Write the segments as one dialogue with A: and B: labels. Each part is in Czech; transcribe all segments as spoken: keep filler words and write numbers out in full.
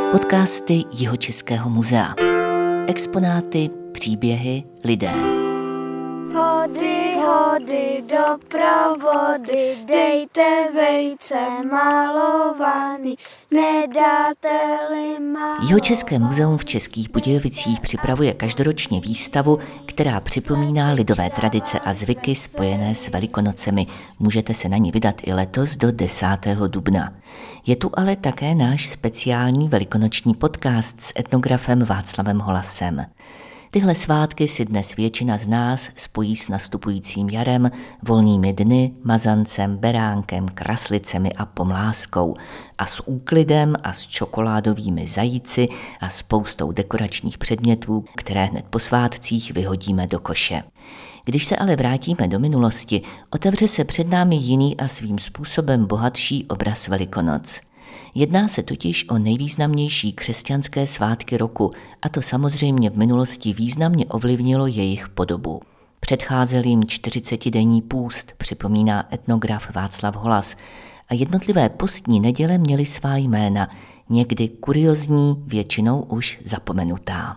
A: Podcasty Jihočeského muzea. Exponáty, příběhy, lidé.
B: Hody, hody, do provody, dejte vejce malovaný, nedáte-li malovaný.
A: Jihočeské muzeum v Českých Budějovicích připravuje každoročně výstavu, která připomíná lidové tradice a zvyky spojené s Velikonocemi. Můžete se na ní vydat i letos do desátého dubna. Je tu ale také náš speciální velikonoční podcast s etnografem Václavem Holasem. Tyhle svátky si dnes většina z nás spojí s nastupujícím jarem, volnými dny, mazancem, beránkem, kraslicemi a pomláskou a s úklidem a s čokoládovými zajíci a spoustou dekoračních předmětů, které hned po svátcích vyhodíme do koše. Když se ale vrátíme do minulosti, otevře se před námi jiný a svým způsobem bohatší obraz Velikonoc. Jedná se totiž o nejvýznamnější křesťanské svátky roku a to samozřejmě v minulosti významně ovlivnilo jejich podobu. Předcházel jim čtyřicetidenní půst, připomíná etnograf Václav Holas, a jednotlivé postní neděle měly svá jména, někdy kuriozní, většinou už zapomenutá.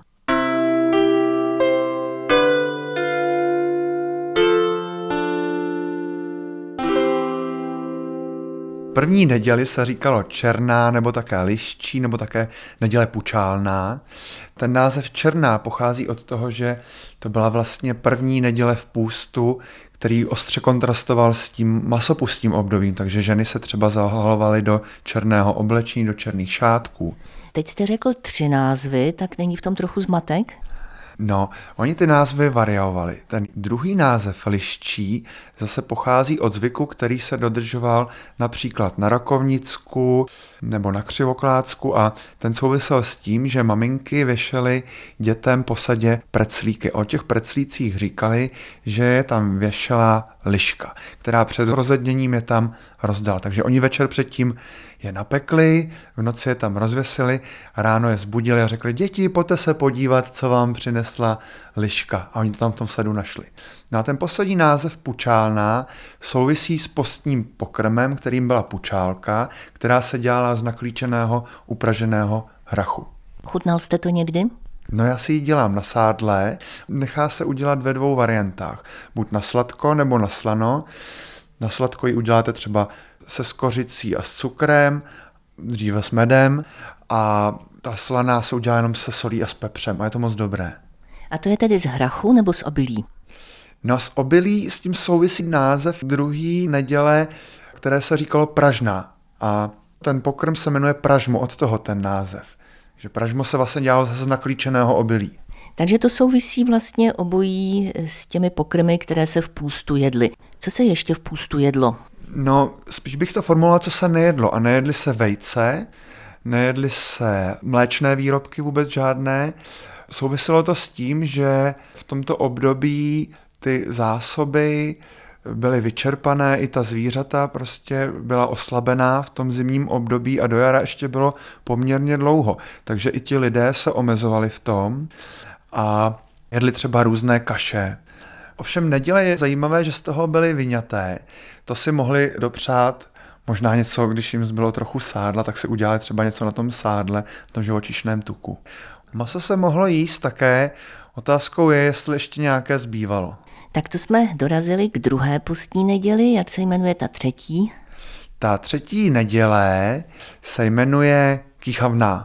C: První neděli se říkalo černá, nebo také liščí, nebo také neděle pučálná. Ten název černá pochází od toho, že to byla vlastně první neděle v půstu, který ostře kontrastoval s tím masopustním obdobím, takže ženy se třeba zahalovaly do černého oblečení, do černých šátků.
A: Teď jste řekl tři názvy, tak není v tom trochu zmatek?
C: No, oni ty názvy variovali. Ten druhý název liščí zase pochází od zvyku, který se dodržoval například na Rakovnicku nebo na Křivoklácku a ten souvisel s tím, že maminky věšely dětem po sadě preclíky. O těch preclících říkali, že je tam věšela liška, která před rozedněním je tam rozdala. Takže oni večer předtím je napekli, v noci je tam rozvěsili a ráno je zbudili a řekli: děti, pojďte se podívat, co vám přinesla liška. A oni to tam v tom sadu našli. No a ten poslední název pučálná souvisí s postním pokrmem, kterým byla pučálka, která se dělala z naklíčeného upraženého hrachu.
A: Chutnal jste to někdy?
C: No já si ji dělám na sádle, nechá se udělat ve dvou variantách. Buď na sladko nebo na slano. Na sladko ji uděláte třeba se skořicí a s cukrem, dříve s medem a ta slaná se udělá jenom se solí a s pepřem a je to moc dobré.
A: A to je tedy z hrachu nebo z obilí?
C: No s obilí s tím souvisí název druhý neděle, které se říkalo pražná a ten pokrm se jmenuje pražmo, od toho ten název. Že pražmo se vlastně dělalo zase z naklíčeného obilí.
A: Takže to souvisí vlastně obojí s těmi pokrmy, které se v půstu jedly. Co se ještě v půstu jedlo?
C: No, spíš bych to formuloval, co se nejedlo. A nejedly se vejce, nejedly se mléčné výrobky vůbec žádné. Souviselo to s tím, že v tomto období ty zásoby byly vyčerpané, i ta zvířata prostě byla oslabená v tom zimním období a do jara ještě bylo poměrně dlouho. Takže i ti lidé se omezovali v tom a jedli třeba různé kaše. Ovšem neděle je zajímavé, že z toho byly vyňaté. To si mohli dopřát možná něco, když jim zbylo trochu sádla, tak si udělali třeba něco na tom sádle, na tom živočišném tuku. Maso se mohlo jíst také, otázkou je, jestli ještě nějaké zbývalo.
A: Tak to jsme dorazili k druhé postní neděli, jak se jmenuje ta třetí?
C: Ta třetí neděle se jmenuje Kýchavná.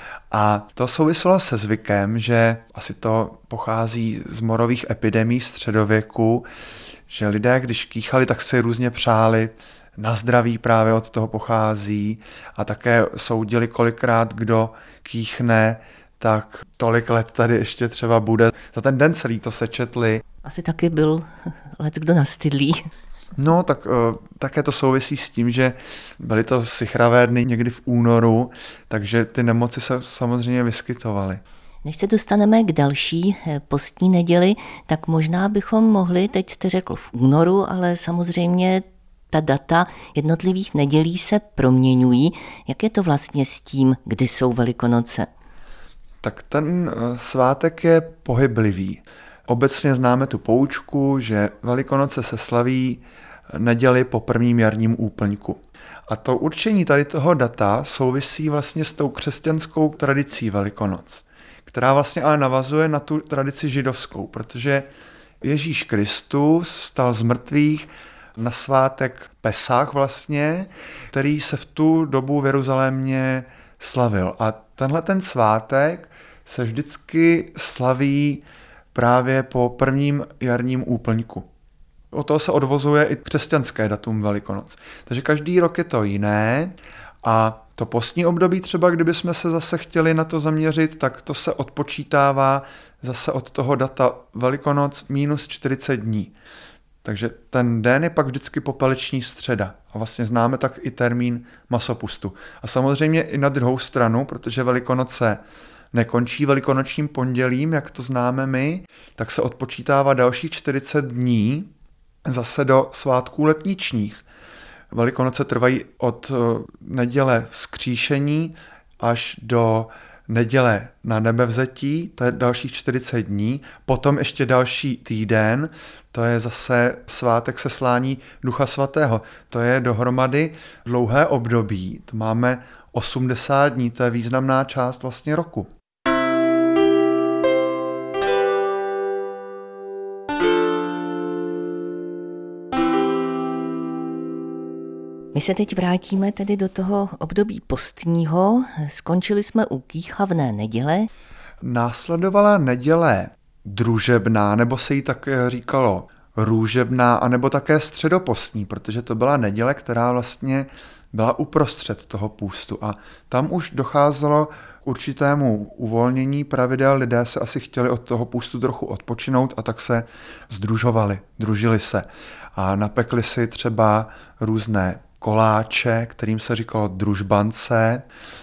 C: A to souviselo se zvykem, že asi to pochází z morových epidemií středověku, že lidé, když kýchali, tak si různě přáli na zdraví, právě od toho pochází a také soudili kolikrát, kdo kýchne, tak tolik let tady ještě třeba bude. Za ten den celý to sečetli.
A: Asi taky byl leckdo nastydlý.
C: No, tak uh, také to souvisí s tím, že byly to sichravé dny někdy v únoru, takže ty nemoci se samozřejmě vyskytovaly.
A: Než se dostaneme k další postní neděli, tak možná bychom mohli, teď jste řekl v únoru, ale samozřejmě ta data jednotlivých nedělí se proměňují. Jak je to vlastně s tím, kdy jsou Velikonoce?
C: Tak ten svátek je pohyblivý. Obecně známe tu poučku, že Velikonoce se slaví neděli po prvním jarním úplňku. A to určení tady toho data souvisí vlastně s tou křesťanskou tradicí Velikonoc, která vlastně ale navazuje na tu tradici židovskou, protože Ježíš Kristus vstal z mrtvých na svátek Pesach vlastně, který se v tu dobu v Jeruzalémě slavil. A tenhle ten svátek se vždycky slaví právě po prvním jarním úplňku. Od toho se odvozuje i křesťanské datum Velikonoc. Takže každý rok je to jiné a to postní období třeba, kdybychom se zase chtěli na to zaměřit, tak to se odpočítává zase od toho data Velikonoc minus čtyřicet dní. Takže ten den je pak vždycky popeleční středa a vlastně známe tak i termín masopustu. A samozřejmě i na druhou stranu, protože Velikonoce nekončí velikonočním pondělím, jak to známe my, tak se odpočítává další čtyřicet dní zase do svátků letničních. Velikonoce trvají od neděle vzkříšení až do neděle na nebevzetí, to je dalších čtyřicet dní, potom ještě další týden, to je zase svátek seslání Ducha Svatého. To je dohromady dlouhé období, to máme osmdesát dní, to je významná část vlastně roku.
A: My se teď vrátíme tedy do toho období postního. Skončili jsme u kýchavné neděle.
C: Následovala neděle družebná, nebo se jí tak říkalo růžebná, anebo také středopostní, protože to byla neděle, která vlastně byla uprostřed toho půstu. A tam už docházelo k určitému uvolnění pravidel. Lidé se asi chtěli od toho půstu trochu odpočinout a tak se združovali, družili se. A napekli si třeba různé koláče, kterým se říkalo družbance.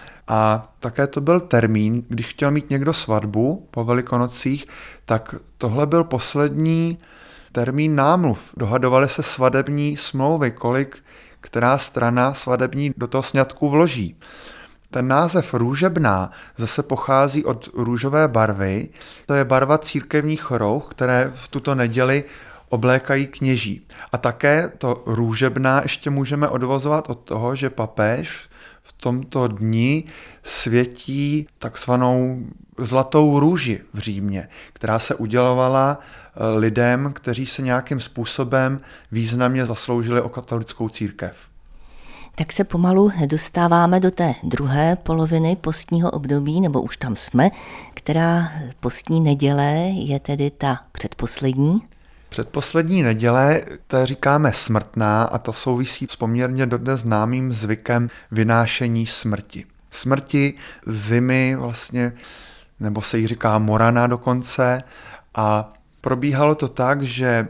C: A také to byl termín, když chtěl mít někdo svatbu po Velikonocích, tak tohle byl poslední termín námluv. Dohadovaly se svatební smlouvy, kolik která strana svatební do toho sňatku vloží. Ten název růžebná zase pochází od růžové barvy. To je barva církevních rouch, které v tuto neděli oblékají kněží. A také to růžebná ještě můžeme odvozovat od toho, že papež v tomto dni světí takzvanou zlatou růži v Římě, která se udělovala lidem, kteří se nějakým způsobem významně zasloužili o katolickou církev.
A: Tak se pomalu dostáváme do té druhé poloviny postního období, nebo už tam jsme, která postní neděle je tedy ta předposlední.
C: Předposlední neděle, to říkáme smrtná a ta souvisí s poměrně dodnes známým zvykem vynášení smrti. Smrti, zimy vlastně, nebo se jí říká morana dokonce, a probíhalo to tak, že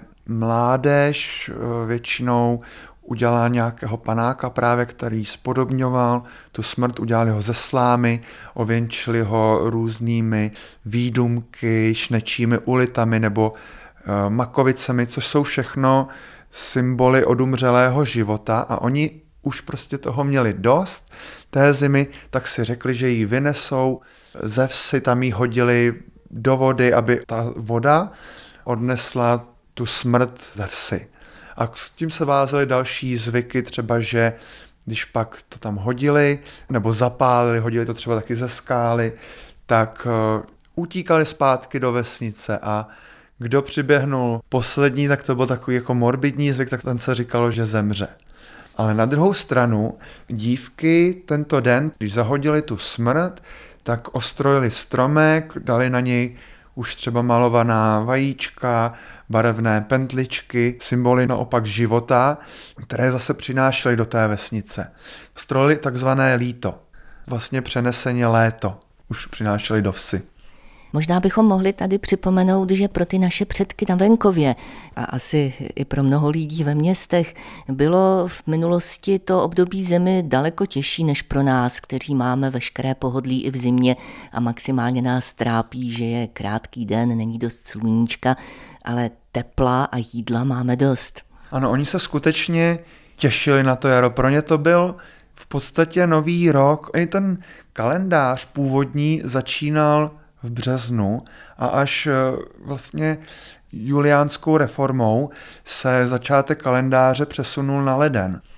C: mládež většinou udělala nějakého panáka právě, který spodobňoval tu smrt, udělali ho ze slámy, ověnčili ho různými výdumky, šnečími ulitami nebo makovicemi, což jsou všechno symboly odumřelého života a oni už prostě toho měli dost té zimy, tak si řekli, že ji vynesou ze vsi, tam ji hodili do vody, aby ta voda odnesla tu smrt ze vsi. A s tím se vázaly další zvyky, třeba, že když pak to tam hodili, nebo zapálili, hodili to třeba taky ze skály, tak uh, utíkali zpátky do vesnice a kdo přiběhnul poslední, tak to byl takový jako morbidní zvyk, tak ten se říkalo, že zemře. Ale na druhou stranu dívky tento den, když zahodili tu smrt, tak ostrojili stromek, dali na něj už třeba malovaná vajíčka, barevné pentličky, symboly naopak života, které zase přinášely do té vesnice. Strojili takzvané líto, vlastně přeneseně léto, už přinášeli do vsi.
A: Možná bychom mohli tady připomenout, že pro ty naše předky na venkově a asi i pro mnoho lidí ve městech bylo v minulosti to období zimy daleko těžší než pro nás, kteří máme veškeré pohodlí i v zimě a maximálně nás trápí, že je krátký den, není dost sluníčka, ale tepla a jídla máme dost.
C: Ano, oni se skutečně těšili na to jaro. Pro ně to byl v podstatě nový rok. I ten kalendář původní začínal v březnu a až vlastně juliánskou reformou se začátek kalendáře přesunul na leden.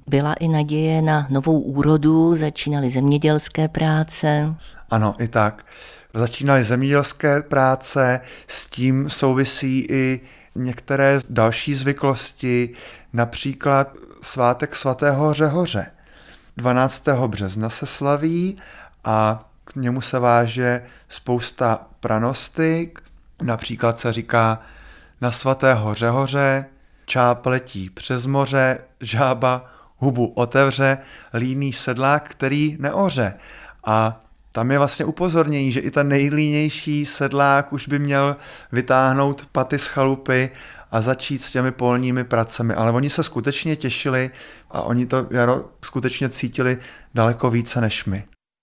A: Byla i naděje na novou úrodu, začínaly zemědělské práce.
C: Ano, i tak. Začínaly zemědělské práce, s tím souvisí i některé další zvyklosti, například svátek svatého Řehoře. dvanáctého března se slaví a k němu se váže spousta pranostik. Například se říká na svatého Řehoře, čáp letí přes moře, žába hubu otevře, líný sedlák, který neoře. A tam je vlastně upozornění, že i ten nejlínější sedlák už by měl vytáhnout paty z chalupy a začít s těmi polními pracemi. Ale oni se skutečně těšili a oni to jaro skutečně cítili daleko více než my.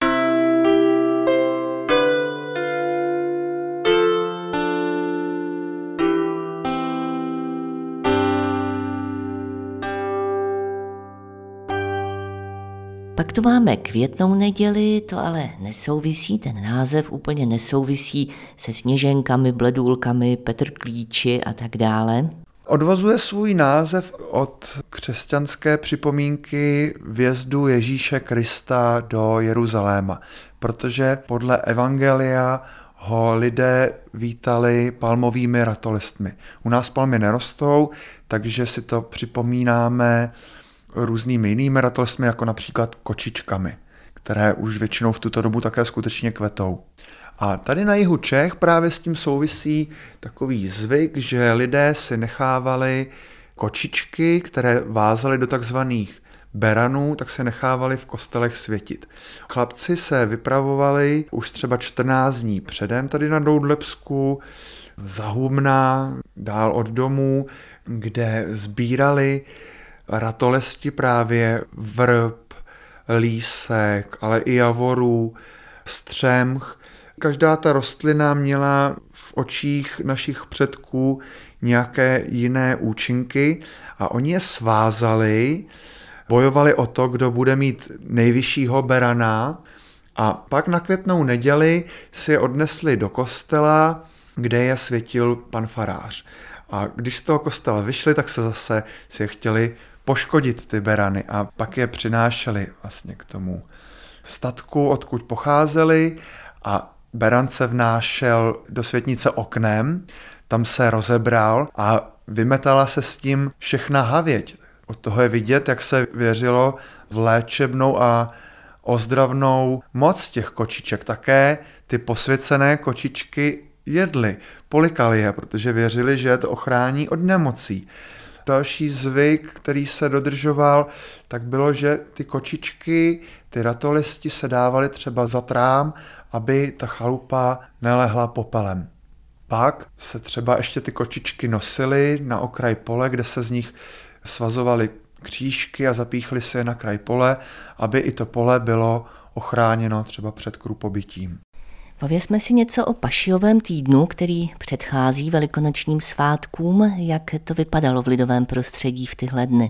A: Pak tu máme květnou neděli, to ale nesouvisí, ten název úplně nesouvisí se sněženkami, bledůlkami, petrklíči a tak dále.
C: Odvozuje svůj název od křesťanské připomínky vjezdu Ježíše Krista do Jeruzaléma, protože podle evangelia ho lidé vítali palmovými ratolestmi. U nás palmy nerostou, takže si to připomínáme různými jinými ratolestmi, jako například kočičkami, které už většinou v tuto dobu také skutečně kvetou. A tady na jihu Čech právě s tím souvisí takový zvyk, že lidé si nechávali kočičky, které vázali do takzvaných beranů, tak se nechávali v kostelech světit. Chlapci se vypravovali už třeba čtrnáct dní předem tady na Doudlebsku, za Humna, dál od domů, kde sbírali ratolesti právě vrb, lísek, ale i javorů, střemch. Každá ta rostlina měla v očích našich předků nějaké jiné účinky a oni je svázali, bojovali o to, kdo bude mít nejvyššího berana a pak na květnou neděli si je odnesli do kostela, kde je světil pan farář. A když z toho kostela vyšli, tak se zase si je chtěli poškodit ty berany a pak je přinášeli vlastně k tomu statku, odkud pocházeli a beran se vnášel do světnice oknem, tam se rozebral a vymetala se s tím všechna havěť. Od toho je vidět, jak se věřilo v léčebnou a ozdravnou moc těch kočiček. Také ty posvěcené kočičky jedli, polikali je, protože věřili, že je to ochrání od nemocí. Další zvyk, který se dodržoval, tak bylo, že ty kočičky, ty ratolesti se dávaly třeba za trám, aby ta chalupa nelehla popelem. Pak se třeba ještě ty kočičky nosily na okraj pole, kde se z nich svazovaly křížky a zapíchly se je na kraj pole, aby i to pole bylo ochráněno třeba před krupobytím.
A: Povězme si něco o Pašiovém týdnu, který předchází velikonočním svátkům. Jak to vypadalo v lidovém prostředí v tyhle dny?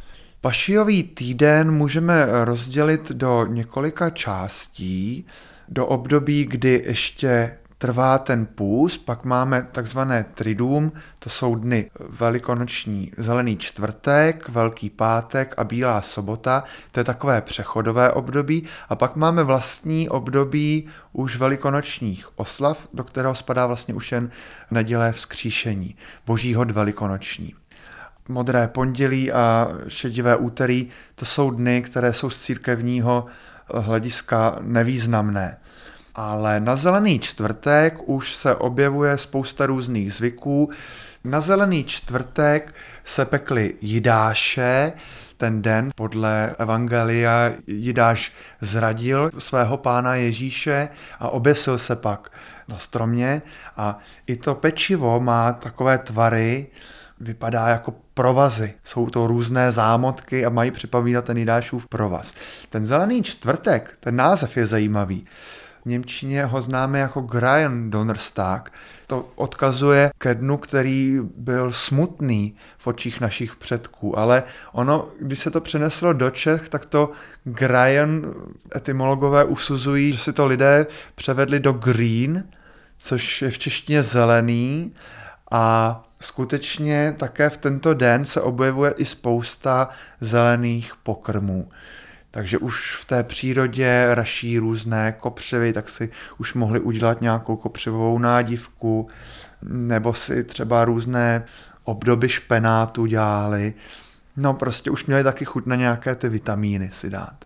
C: Pašiový týden můžeme rozdělit do několika částí. Do období, kdy ještě trvá ten půst, pak máme takzvané triduum, to jsou dny velikonoční zelený čtvrtek, velký pátek a bílá sobota, to je takové přechodové období a pak máme vlastní období už velikonočních oslav, do kterého spadá vlastně už jen neděle vzkříšení, boží hod velikonoční. Modré pondělí a šedivé úterý, to jsou dny, které jsou z církevního hlediska nevýznamné. Ale na zelený čtvrtek už se objevuje spousta různých zvyků. Na zelený čtvrtek se pekly jidáše. Ten den podle evangelia Jidáš zradil svého pána Ježíše a oběsil se pak na stromě. A i to pečivo má takové tvary, vypadá jako provazy. Jsou to různé zámotky a mají připomínat ten Jidášův provaz. Ten zelený čtvrtek, ten název je zajímavý. V němčině ho známe jako Grajendonnerstag. To odkazuje ke dnu, který byl smutný v očích našich předků, ale ono, když se to přeneslo do Čech, tak to Grajen etymologové usuzují, že si to lidé převedli do green, což je v češtině zelený, a skutečně také v tento den se objevuje i spousta zelených pokrmů. Takže už v té přírodě raší různé kopřivy, tak si už mohli udělat nějakou kopřivovou nádivku, nebo si třeba různé obdoby špenátu dělali. No prostě už měli taky chuť na nějaké ty vitamíny si dát.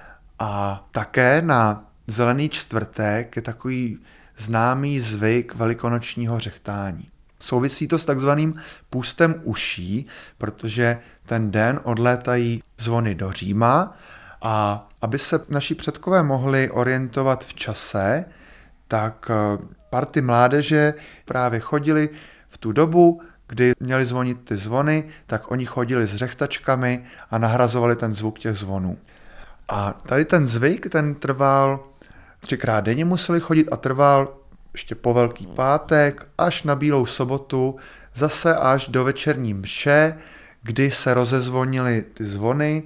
C: A také na Zelený čtvrtek je takový známý zvyk velikonočního řechtání. Souvisí to s takzvaným půstem uší, protože ten den odlétají zvony do Říma a aby se naši předkové mohli orientovat v čase, tak party mládeže právě chodili v tu dobu, kdy měli zvonit ty zvony, tak oni chodili s řechtačkami a nahrazovali ten zvuk těch zvonů. A tady ten zvyk, ten trval třikrát denně museli chodit a trval ještě po Velký pátek až na Bílou sobotu, zase až do večerní mše, kdy se rozezvonily ty zvony.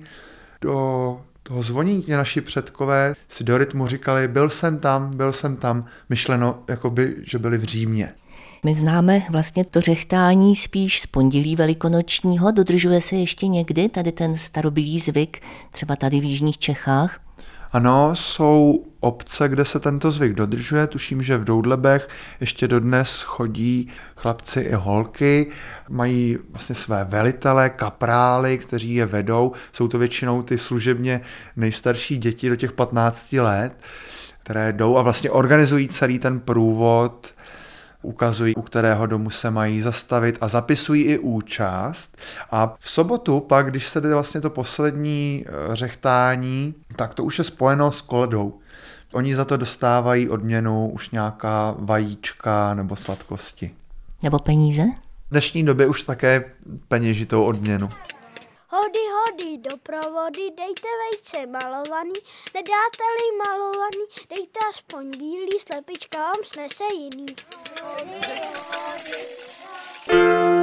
C: Do toho zvonění naši předkové si do rytmu říkali, byl jsem tam, byl jsem tam, myšleno, jakoby, že byli v Římě.
A: My známe vlastně to řechtání spíš z pondělí velikonočního. Dodržuje se ještě někdy tady ten starobylý zvyk, třeba tady v jižních Čechách?
C: Ano, jsou obce, kde se tento zvyk dodržuje. Tuším, že v Doudlebech ještě dodnes chodí chlapci i holky. Mají vlastně své velitele, kaprály, kteří je vedou. Jsou to většinou ty služebně nejstarší děti do těch patnácti let, které jdou a vlastně organizují celý ten průvod, ukazují, u kterého domu se mají zastavit a zapisují i účast. A v sobotu pak, když se jde vlastně to poslední řechtání, tak to už je spojeno s koledou. Oni za to dostávají odměnu už nějaká vajíčka nebo sladkosti.
A: Nebo peníze?
C: V dnešní době už také peněžitou odměnu.
B: Hody, hody, do provody, dejte vejce malovaný, nedáte-li malovaný, dejte aspoň bílý, slepička vám snese jiný. Hody, hody.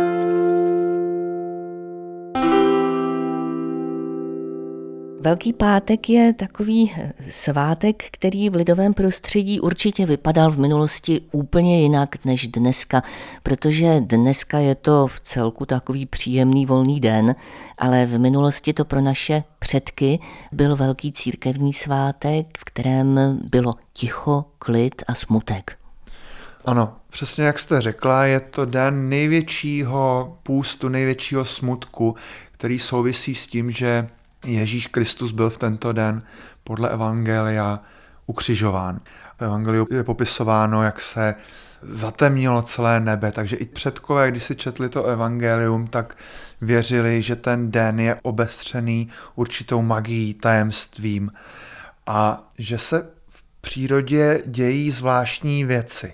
A: Velký pátek je takový svátek, který v lidovém prostředí určitě vypadal v minulosti úplně jinak než dneska, protože dneska je to v celku takový příjemný volný den, ale v minulosti to pro naše předky byl velký církevní svátek, v kterém bylo ticho, klid a smutek.
C: Ano, přesně jak jste řekla, je to den největšího půstu, největšího smutku, který souvisí s tím, že Ježíš Kristus byl v tento den podle evangelia ukřižován. V evangeliu je popisováno, jak se zatemnilo celé nebe, takže i předkové, když si četli to evangelium, tak věřili, že ten den je obestřený určitou magií, tajemstvím a že se v přírodě dějí zvláštní věci.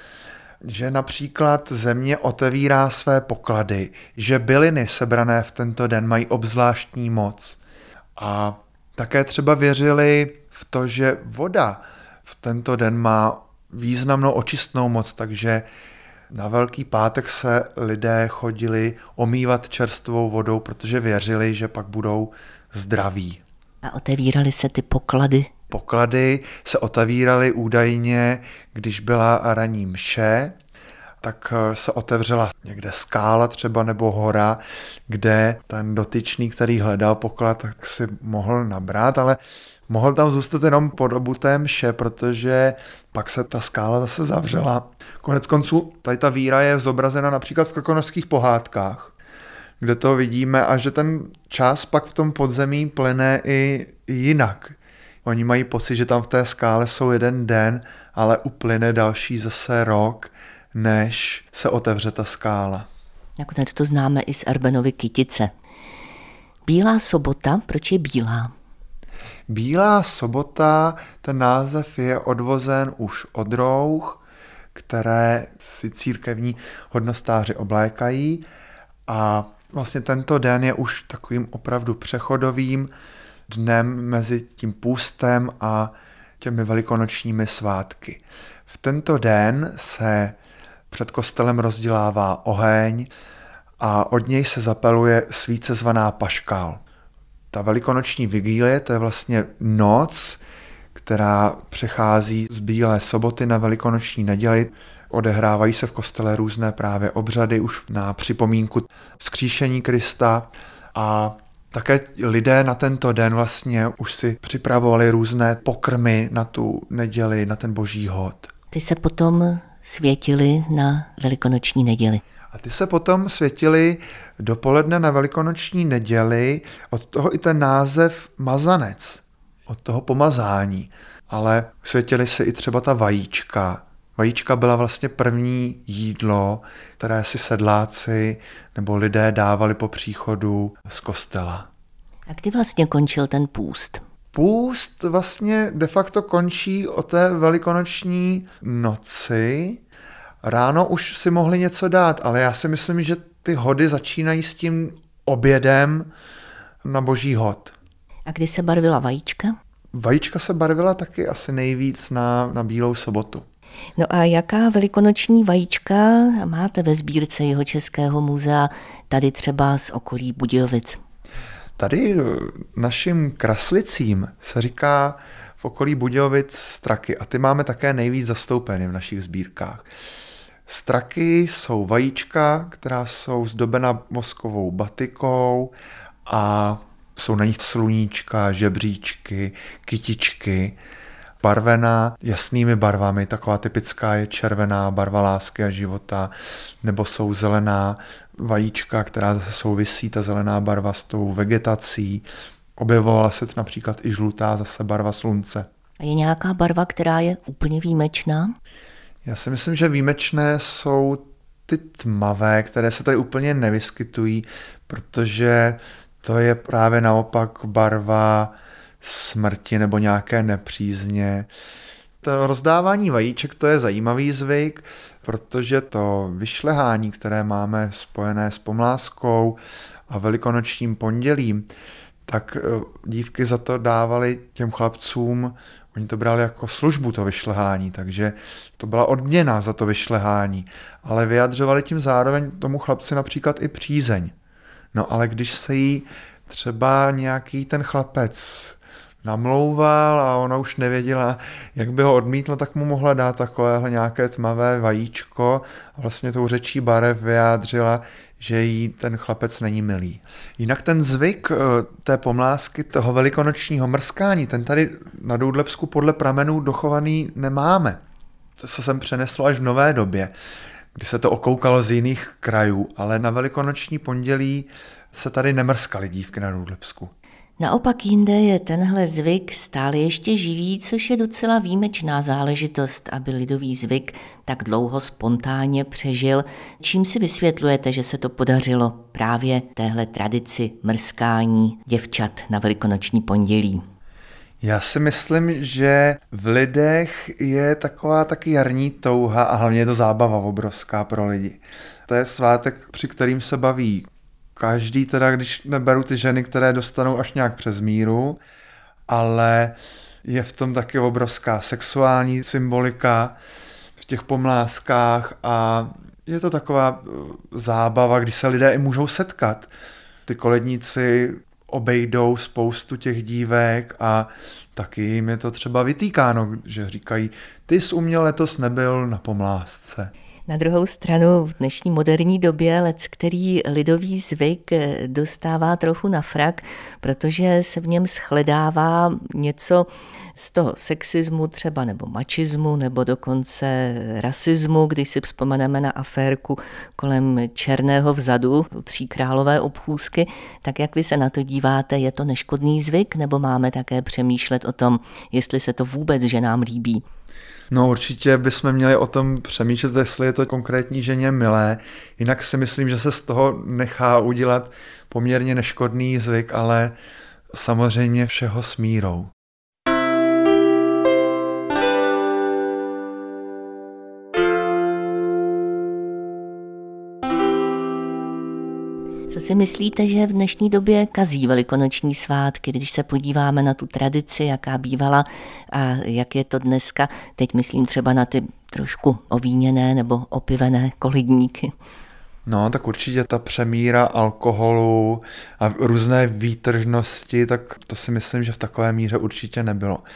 C: Že například země otevírá své poklady, že byliny sebrané v tento den mají obzvláštní moc. A také třeba věřili v to, že voda v tento den má významnou očistnou moc, takže na Velký pátek se lidé chodili omývat čerstvou vodou, protože věřili, že pak budou zdraví.
A: A otevíraly se ty poklady?
C: Poklady se otevíraly údajně, když byla ranní mše, tak se otevřela někde skála třeba nebo hora, kde ten dotyčný, který hledal poklad, tak si mohl nabrat, ale mohl tam zůstat jenom po dobu té mše, protože pak se ta skála zase zavřela. Konec konců tady ta víra je zobrazena například v krkonošských pohádkách, kde to vidíme a že ten čas pak v tom podzemí plyne i jinak. Oni mají pocit, že tam v té skále jsou jeden den, ale uplyne další zase rok, než se otevře ta skála.
A: Nakonec to známe i z Erbenovy kytice. Bílá sobota, proč je bílá?
C: Bílá sobota, ten název je odvozen už od rouch, které si církevní hodnostáři oblékají a vlastně tento den je už takovým opravdu přechodovým dnem mezi tím půstem a těmi velikonočními svátky. V tento den se před kostelem rozdělává oheň a od něj se zapaluje svíce zvaná paškál. Ta velikonoční vigílie, to je vlastně noc, která přechází z Bílé soboty na Velikonoční neděli. Odehrávají se v kostele různé právě obřady už na připomínku vzkříšení Krista a také lidé na tento den vlastně už si připravovali různé pokrmy na tu neděli, na ten boží hod.
A: Ty se potom světily na Velikonoční neděli.
C: A ty se potom světily dopoledne na Velikonoční neděli, od toho i ten název mazanec, od toho pomazání. Ale světily se i třeba ta vajíčka. Vajíčka byla vlastně první jídlo, které si sedláci nebo lidé dávali po příchodu z kostela.
A: A kdy vlastně končil ten půst?
C: Půst vlastně de facto končí o té velikonoční noci. Ráno už si mohli něco dát, ale já si myslím, že ty hody začínají s tím obědem na boží hod.
A: A kdy se barvila vajíčka?
C: Vajíčka se barvila taky asi nejvíc na, na Bílou sobotu.
A: No a jaká velikonoční vajíčka máte ve sbírce Jihočeského muzea, tady třeba z okolí Budějovic?
C: Tady našim kraslicím se říká v okolí Budějovic straky a ty máme také nejvíc zastoupeny v našich sbírkách. Straky jsou vajíčka, která jsou zdobena voskovou batikou a jsou na nich sluníčka, žebříčky, kytičky, barvená jasnými barvami, taková typická je červená barva lásky a života, nebo jsou zelená vajíčka, která zase souvisí, ta zelená barva s tou vegetací. Objevovala se například i žlutá, zase barva slunce.
A: A je nějaká barva, která je úplně výjimečná?
C: Já si myslím, že výjimečné jsou ty tmavé, které se tady úplně nevyskytují, protože to je právě naopak barva smrti nebo nějaké nepřízně. To rozdávání vajíček, to je zajímavý zvyk, protože to vyšlehání, které máme spojené s pomláskou a velikonočním pondělím, tak dívky za to dávaly těm chlapcům, oni to brali jako službu, to vyšlehání, takže to byla odměna za to vyšlehání, ale vyjadřovali tím zároveň tomu chlapci například i přízeň. No ale když se jí třeba nějaký ten chlapec namlouval a ona už nevěděla, jak by ho odmítla, tak mu mohla dát takovéhle nějaké tmavé vajíčko a vlastně tou řečí barev vyjádřila, že jí ten chlapec není milý. Jinak ten zvyk té pomlásky, toho velikonočního mrskání, ten tady na Doudlebsku podle pramenů dochovaný nemáme. To se sem přeneslo až v nové době, kdy se to okoukalo z jiných krajů, ale na velikonoční pondělí se tady nemrskaly dívky na Doudlebsku.
A: Naopak jinde je tenhle zvyk stále ještě živý, což je docela výjimečná záležitost, aby lidový zvyk tak dlouho spontánně přežil. Čím si vysvětlujete, že se to podařilo právě téhle tradici mrskání děvčat na velikonoční pondělí?
C: Já si myslím, že v lidech je taková taky jarní touha a hlavně je to zábava obrovská pro lidi. To je svátek, při kterým se baví každý, teda když neberu ty ženy, které dostanou až nějak přes míru, ale je v tom taky obrovská sexuální symbolika v těch pomláskách a je to taková zábava, kdy se lidé i můžou setkat. Ty koledníci obejdou spoustu těch dívek a taky jim je to třeba vytýkáno, že říkají, ty jsi u mě letos nebyl na pomlásce.
A: Na druhou stranu v dnešní moderní době leckterý lidový zvyk dostává trochu na frak, protože se v něm shledává něco z toho sexismu třeba nebo mačismu nebo dokonce rasismu, když si vzpomeneme na aférku kolem černého vzadu, tříkrálové obchůzky, tak jak vy se na to díváte, je to neškodný zvyk nebo máme také přemýšlet o tom, jestli se to vůbec ženám líbí?
C: No určitě bychom měli o tom přemýšlet, jestli je to konkrétní ženě milé. Jinak si myslím, že se z toho nechá udělat poměrně neškodný zvyk, ale samozřejmě všeho s mírou.
A: Co si myslíte, že v dnešní době kazí velikonoční svátky, když se podíváme na tu tradici, jaká bývala a jak je to dneska? Teď myslím třeba na ty trošku ovíněné nebo opivené koledníky.
C: No, tak určitě ta přemíra alkoholu a různé výtržnosti, tak to si myslím, že v takové míře určitě nebylo.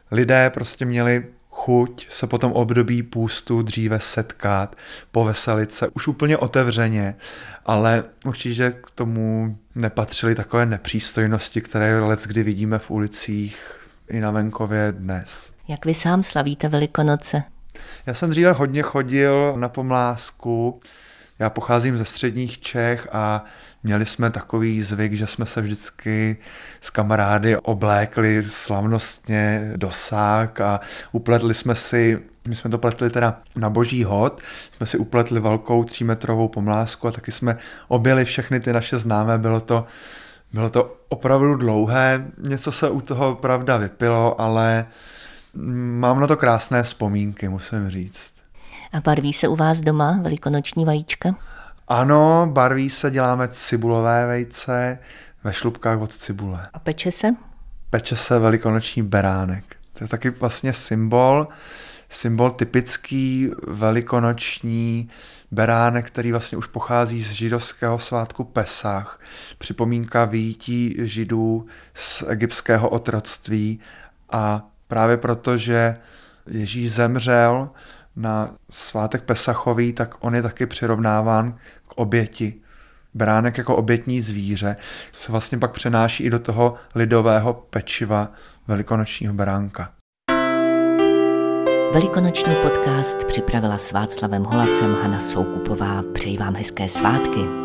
C: lidé prostě měli chuť se po tom období půstu dříve setkat, poveselit se, už úplně otevřeně, ale určitě k tomu nepatřily takové nepřístojnosti, které leckdy vidíme v ulicích i na venkově dnes.
A: Jak vy sám slavíte Velikonoce?
C: Já jsem dříve hodně chodil na pomlázku. Já pocházím ze středních Čech a měli jsme takový zvyk, že jsme se vždycky s kamarády oblékli slavnostně do sák a upletli jsme si, my jsme to pletli teda na Boží hod, jsme si upletli velkou třímetrovou pomlázku a taky jsme objeli všechny ty naše známé, bylo to, bylo to opravdu dlouhé, něco se u toho pravda vypilo, ale mám na to krásné vzpomínky, musím říct.
A: A barví se u vás doma velikonoční vajíčka?
C: Ano, barví se, děláme cibulové vejce ve šlupkách od cibule.
A: A peče se?
C: Peče se velikonoční beránek. To je taky vlastně symbol, symbol typický velikonoční beránek, který vlastně už pochází z židovského svátku Pesach. Připomínka vyjití Židů z egyptského otroctví a právě proto, že Ježíš zemřel na svátek Pesachový, tak on je taky přirovnáván k oběti. Beránek jako obětní zvíře. To se vlastně pak přenáší i do toho lidového pečiva velikonočního beránka.
A: Velikonoční podcast připravila s Václavem Holasem Hana Soukupová. Přeji vám hezké svátky.